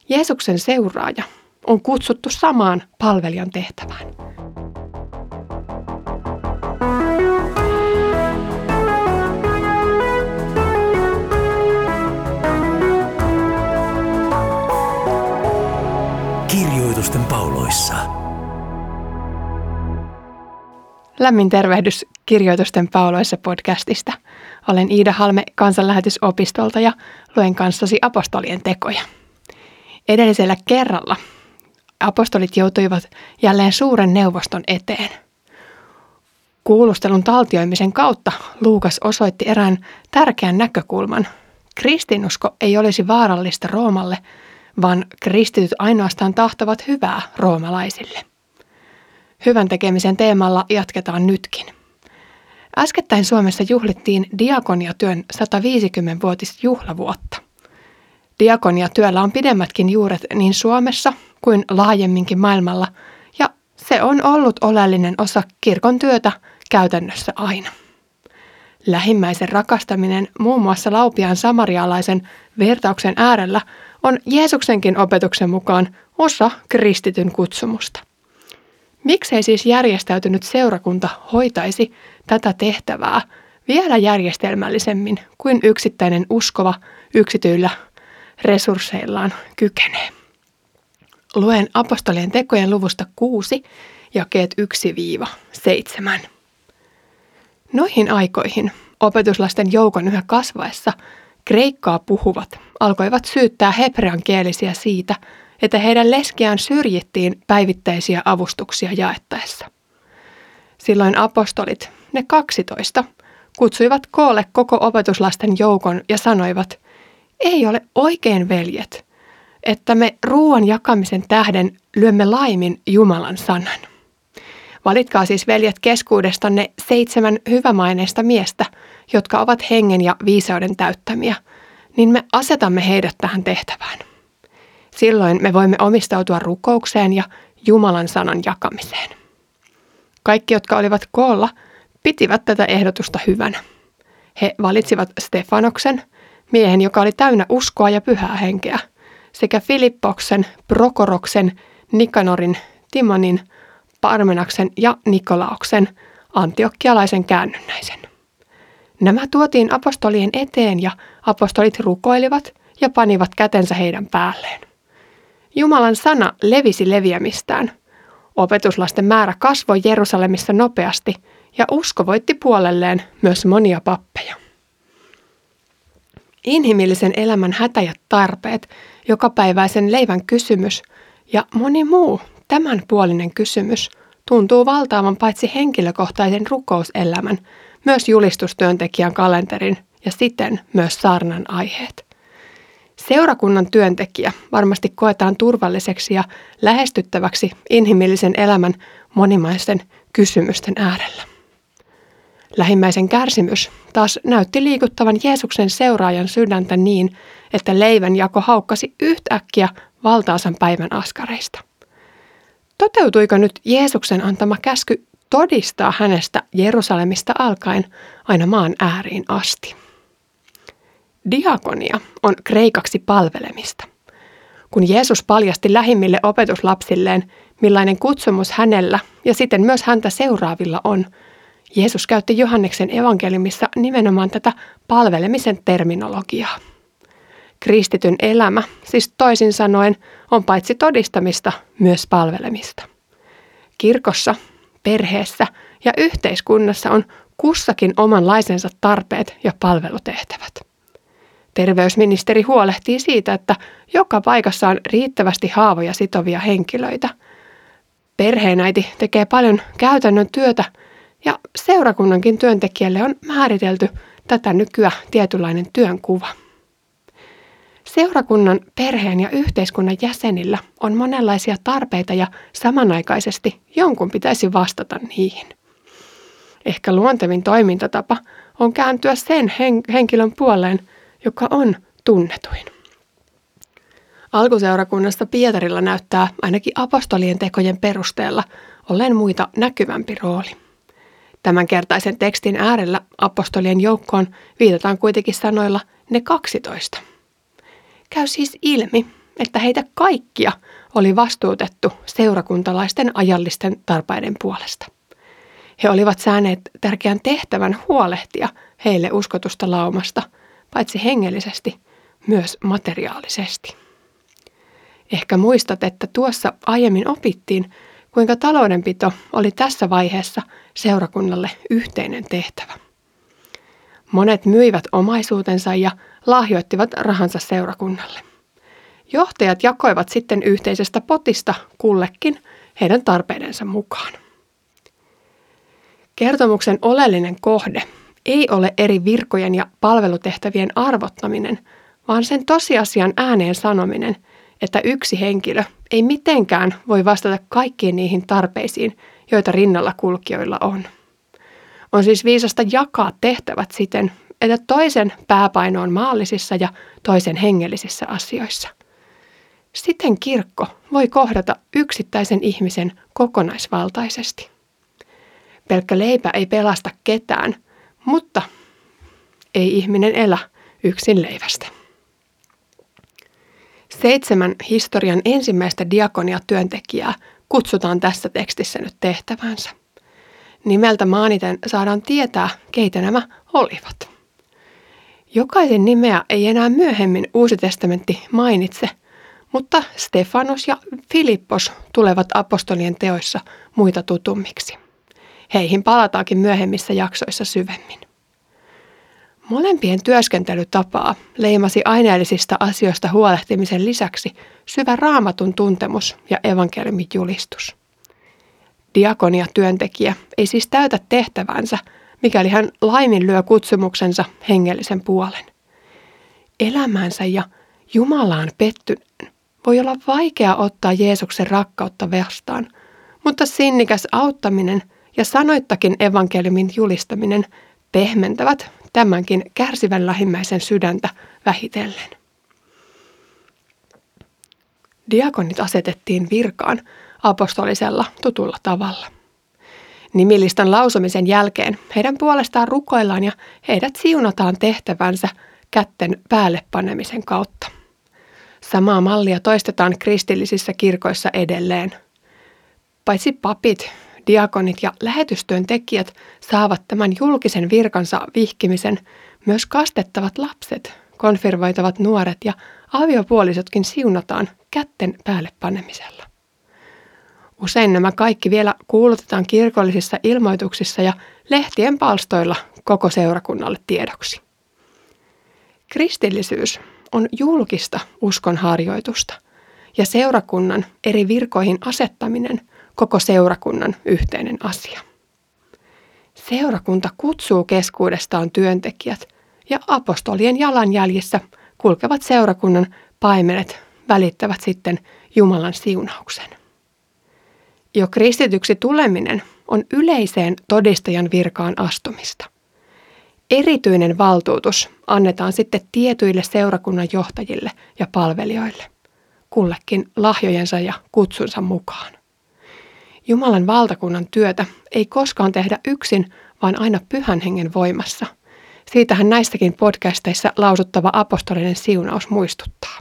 Jeesuksen seuraaja on kutsuttu samaan palvelijan tehtävään. Kirjoitusten pauloissa. Lämmin tervehdys Kirjoitusten pauloissa podcastista. Olen Iida Halme Kansanlähetysopistolta ja luen kanssasi apostolien tekoja. Edellisellä kerralla apostolit joutuivat jälleen suuren neuvoston eteen. Kuulustelun taltioimisen kautta Luukas osoitti erään tärkeän näkökulman. Kristinusko ei olisi vaarallista Roomalle, vaan kristityt ainoastaan tahtovat hyvää roomalaisille. Hyvän tekemisen teemalla jatketaan nytkin. Äskettäin Suomessa juhlittiin diakoniatyön 150-vuotisjuhlavuotta. Diakoniatyöllä on pidemmätkin juuret niin Suomessa kuin laajemminkin maailmalla, ja se on ollut oleellinen osa kirkon työtä käytännössä aina. Lähimmäisen rakastaminen muun muassa laupiaan samarialaisen vertauksen äärellä on Jeesuksenkin opetuksen mukaan osa kristityn kutsumusta. Miksei siis järjestäytynyt seurakunta hoitaisi tätä tehtävää vielä järjestelmällisemmin kuin yksittäinen uskova yksityillä resursseillaan kykenee? Luen apostolien tekojen luvusta 6, jakeet 1-7. Noihin aikoihin opetuslasten joukon yhä kasvaessa kreikkaa puhuvat alkoivat syyttää hebreankielisiä siitä, että heidän leskiään syrjittiin päivittäisiä avustuksia jaettaessa. Silloin apostolit, ne 12, kutsuivat koolle koko opetuslasten joukon ja sanoivat, ei ole oikein, veljet, että me ruoan jakamisen tähden lyömme laimin Jumalan sanan. Valitkaa siis, veljet, keskuudestanne 7 hyvämaineista miestä, jotka ovat hengen ja viisauden täyttämiä, niin me asetamme heidät tähän tehtävään. Silloin me voimme omistautua rukoukseen ja Jumalan sanan jakamiseen. Kaikki, jotka olivat koolla, pitivät tätä ehdotusta hyvänä. He valitsivat Stefanoksen, miehen, joka oli täynnä uskoa ja pyhää henkeä, sekä Filippoksen, Prokoroksen, Nikanorin, Timonin, Parmenaksen ja Nikolaoksen, antiokkialaisen käännynnäisen. Nämä tuotiin apostolien eteen ja apostolit rukoilivat ja panivat kätensä heidän päälleen. Jumalan sana levisi leviämistään. Opetuslasten määrä kasvoi Jerusalemissa nopeasti ja usko voitti puolelleen myös monia pappeja. Inhimillisen elämän hätä ja tarpeet, jokapäiväisen leivän kysymys ja moni muu tämänpuolinen kysymys tuntuu valtaavan paitsi henkilökohtaisen rukouselämän, myös julistustyöntekijän kalenterin ja siten myös saarnan aiheet. Seurakunnan työntekijä varmasti koetaan turvalliseksi ja lähestyttäväksi inhimillisen elämän monimaisten kysymysten äärellä. Lähimmäisen kärsimys taas näytti liikuttavan Jeesuksen seuraajan sydäntä niin, että leivänjako haukkasi yhtäkkiä valtaasan päivän askareista. Toteutuiko nyt Jeesuksen antama käsky todistaa hänestä Jerusalemista alkaen aina maan ääriin asti? Diakonia on kreikaksi palvelemista. Kun Jeesus paljasti lähimmille opetuslapsilleen, millainen kutsumus hänellä ja siten myös häntä seuraavilla on, Jeesus käytti Johanneksen evankeliumissa nimenomaan tätä palvelemisen terminologiaa. Kristityn elämä, siis toisin sanoen, on paitsi todistamista, myös palvelemista. Kirkossa, perheessä ja yhteiskunnassa on kussakin omanlaisensa tarpeet ja palvelutehtävät. Terveysministeri huolehtii siitä, että joka paikassa on riittävästi haavoja sitovia henkilöitä. Perheenäiti tekee paljon käytännön työtä ja seurakunnankin työntekijälle on määritelty tätä nykyä tietynlainen työnkuva. Seurakunnan, perheen ja yhteiskunnan jäsenillä on monenlaisia tarpeita ja samanaikaisesti jonkun pitäisi vastata niihin. Ehkä luontevin toimintatapa on kääntyä sen henkilön puoleen, joka on tunnetuin. Alkuseurakunnassa Pietarilla näyttää ainakin apostolien tekojen perusteella olleen muita näkyvämpi rooli. Tämänkertaisen tekstin äärellä apostolien joukkoon viitataan kuitenkin sanoilla ne 12. Käy siis ilmi, että heitä kaikkia oli vastuutettu seurakuntalaisten ajallisten tarpeiden puolesta. He olivat saaneet tärkeän tehtävän huolehtia heille uskotusta laumasta, paitsi hengellisesti, myös materiaalisesti. Ehkä muistat, että tuossa aiemmin opittiin, kuinka taloudenpito oli tässä vaiheessa seurakunnalle yhteinen tehtävä. Monet myivät omaisuutensa ja lahjoittivat rahansa seurakunnalle. Johtajat jakoivat sitten yhteisestä potista kullekin heidän tarpeidensa mukaan. Kertomuksen oleellinen kohde ei ole eri virkojen ja palvelutehtävien arvottaminen, vaan sen tosiasian ääneen sanominen, että yksi henkilö ei mitenkään voi vastata kaikkiin niihin tarpeisiin, joita rinnalla kulkijoilla on. On siis viisasta jakaa tehtävät siten, että toisen pääpaino on maallisissa ja toisen hengellisissä asioissa. Siten kirkko voi kohdata yksittäisen ihmisen kokonaisvaltaisesti. Pelkkä leipä ei pelasta ketään, mutta ei ihminen elä yksin leivästä. 7 historian ensimmäistä diakoniatyöntekijää kutsutaan tässä tekstissä nyt tehtävänsä. Nimeltä mainiten saadaan tietää, keitä nämä olivat. Jokaisen nimeä ei enää myöhemmin Uusi testamentti mainitse, mutta Stefanos ja Filippos tulevat apostolien teoissa muita tutummiksi. Heihin palataankin myöhemmissä jaksoissa syvemmin. Molempien työskentelytapaa leimasi aineellisista asioista huolehtimisen lisäksi syvä raamatun tuntemus ja evankeliumin julistus. Diakoniatyöntekijä ei siis täytä tehtävänsä, mikäli hän laiminlyö kutsumuksensa hengellisen puolen. Elämänsä ja Jumalaan pettyneen voi olla vaikea ottaa Jeesuksen rakkautta vastaan, mutta sinnikäs auttaminen ja sanoittakin evankeliumin julistaminen pehmentävät tämänkin kärsivän lähimmäisen sydäntä vähitellen. Diakonit asetettiin virkaan apostolisella tutulla tavalla. Nimilistan lausumisen jälkeen heidän puolestaan rukoillaan ja heidät siunataan tehtävänsä kätten päälle panemisen kautta. Samaa mallia toistetaan kristillisissä kirkoissa edelleen. Paitsi papit, diakonit ja lähetystyöntekijät saavat tämän julkisen virkansa vihkimisen, myös kastettavat lapset, konfirmoitavat nuoret ja aviopuolisotkin siunataan kätten päälle panemisella. Usein nämä kaikki vielä kuulutetaan kirkollisissa ilmoituksissa ja lehtien palstoilla koko seurakunnalle tiedoksi. Kristillisyys on julkista uskonharjoitusta ja seurakunnan eri virkoihin asettaminen koko seurakunnan yhteinen asia. Seurakunta kutsuu keskuudestaan työntekijät ja apostolien jalanjäljissä kulkevat seurakunnan paimenet välittävät sitten Jumalan siunauksen. Jo kristityksi tuleminen on yleiseen todistajan virkaan astumista. Erityinen valtuutus annetaan sitten tietyille seurakunnan johtajille ja palvelijoille, kullekin lahjojensa ja kutsunsa mukaan. Jumalan valtakunnan työtä ei koskaan tehdä yksin, vaan aina Pyhän Hengen voimassa. Siitähän näissäkin podcasteissa lausuttava apostolinen siunaus muistuttaa.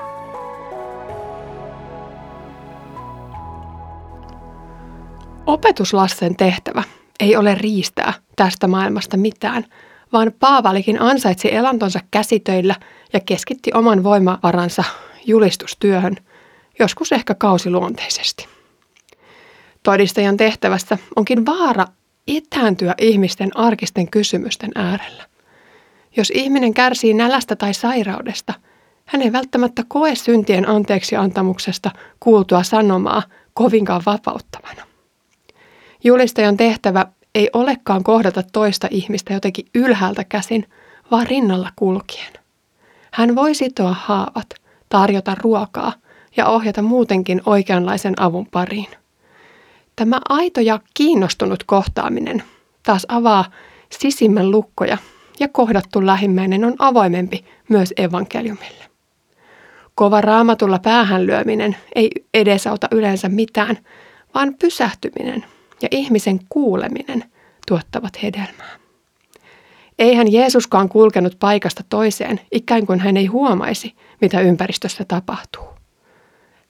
Opetuslasten tehtävä ei ole riistää tästä maailmasta mitään, vaan Paavalikin ansaitsi elantonsa käsitöillä ja keskitti oman voimavaransa julistustyöhön, joskus ehkä kausiluonteisesti. Todistajan tehtävässä onkin vaara etääntyä ihmisten arkisten kysymysten äärellä. Jos ihminen kärsii nälästä tai sairaudesta, hän ei välttämättä koe syntien anteeksiantamuksesta kuultua sanomaa kovinkaan vapauttavana. Julistajan tehtävä ei olekaan kohdata toista ihmistä jotenkin ylhäältä käsin, vaan rinnalla kulkien. Hän voi sitoa haavat, tarjota ruokaa ja ohjata muutenkin oikeanlaisen avun pariin. Tämä aito ja kiinnostunut kohtaaminen taas avaa sisimmän lukkoja ja kohdattu lähimmäinen on avoimempi myös evankeliumille. Kova raamatulla päähän lyöminen ei edesauta yleensä mitään, vaan pysähtyminen ja ihmisen kuuleminen tuottavat hedelmää. Eihän Jeesuskaan kulkenut paikasta toiseen, ikään kuin hän ei huomaisi, mitä ympäristössä tapahtuu.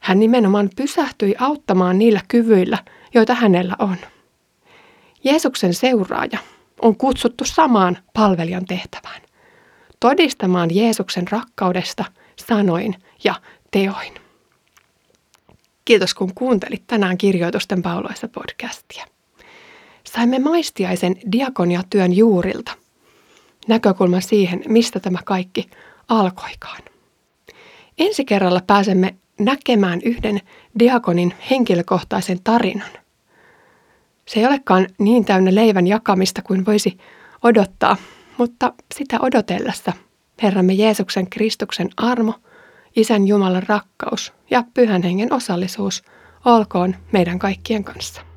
Hän nimenomaan pysähtyi auttamaan niillä kyvyillä, joita hänellä on. Jeesuksen seuraaja on kutsuttu samaan palvelijan tehtävään, todistamaan Jeesuksen rakkaudesta sanoin ja teoin. Kiitos kun kuuntelit tänään Kirjoitusten pauloissa podcastia. Saimme maistiaisen diakoniatyön juurilta, näkökulman siihen, mistä tämä kaikki alkoikaan. Ensi kerralla pääsemme näkemään yhden diakonin henkilökohtaisen tarinan. Se ei olekaan niin täynnä leivän jakamista kuin voisi odottaa, mutta sitä odotellessa Herramme Jeesuksen Kristuksen armo, Isän Jumalan rakkaus ja Pyhän Hengen osallisuus olkoon meidän kaikkien kanssa.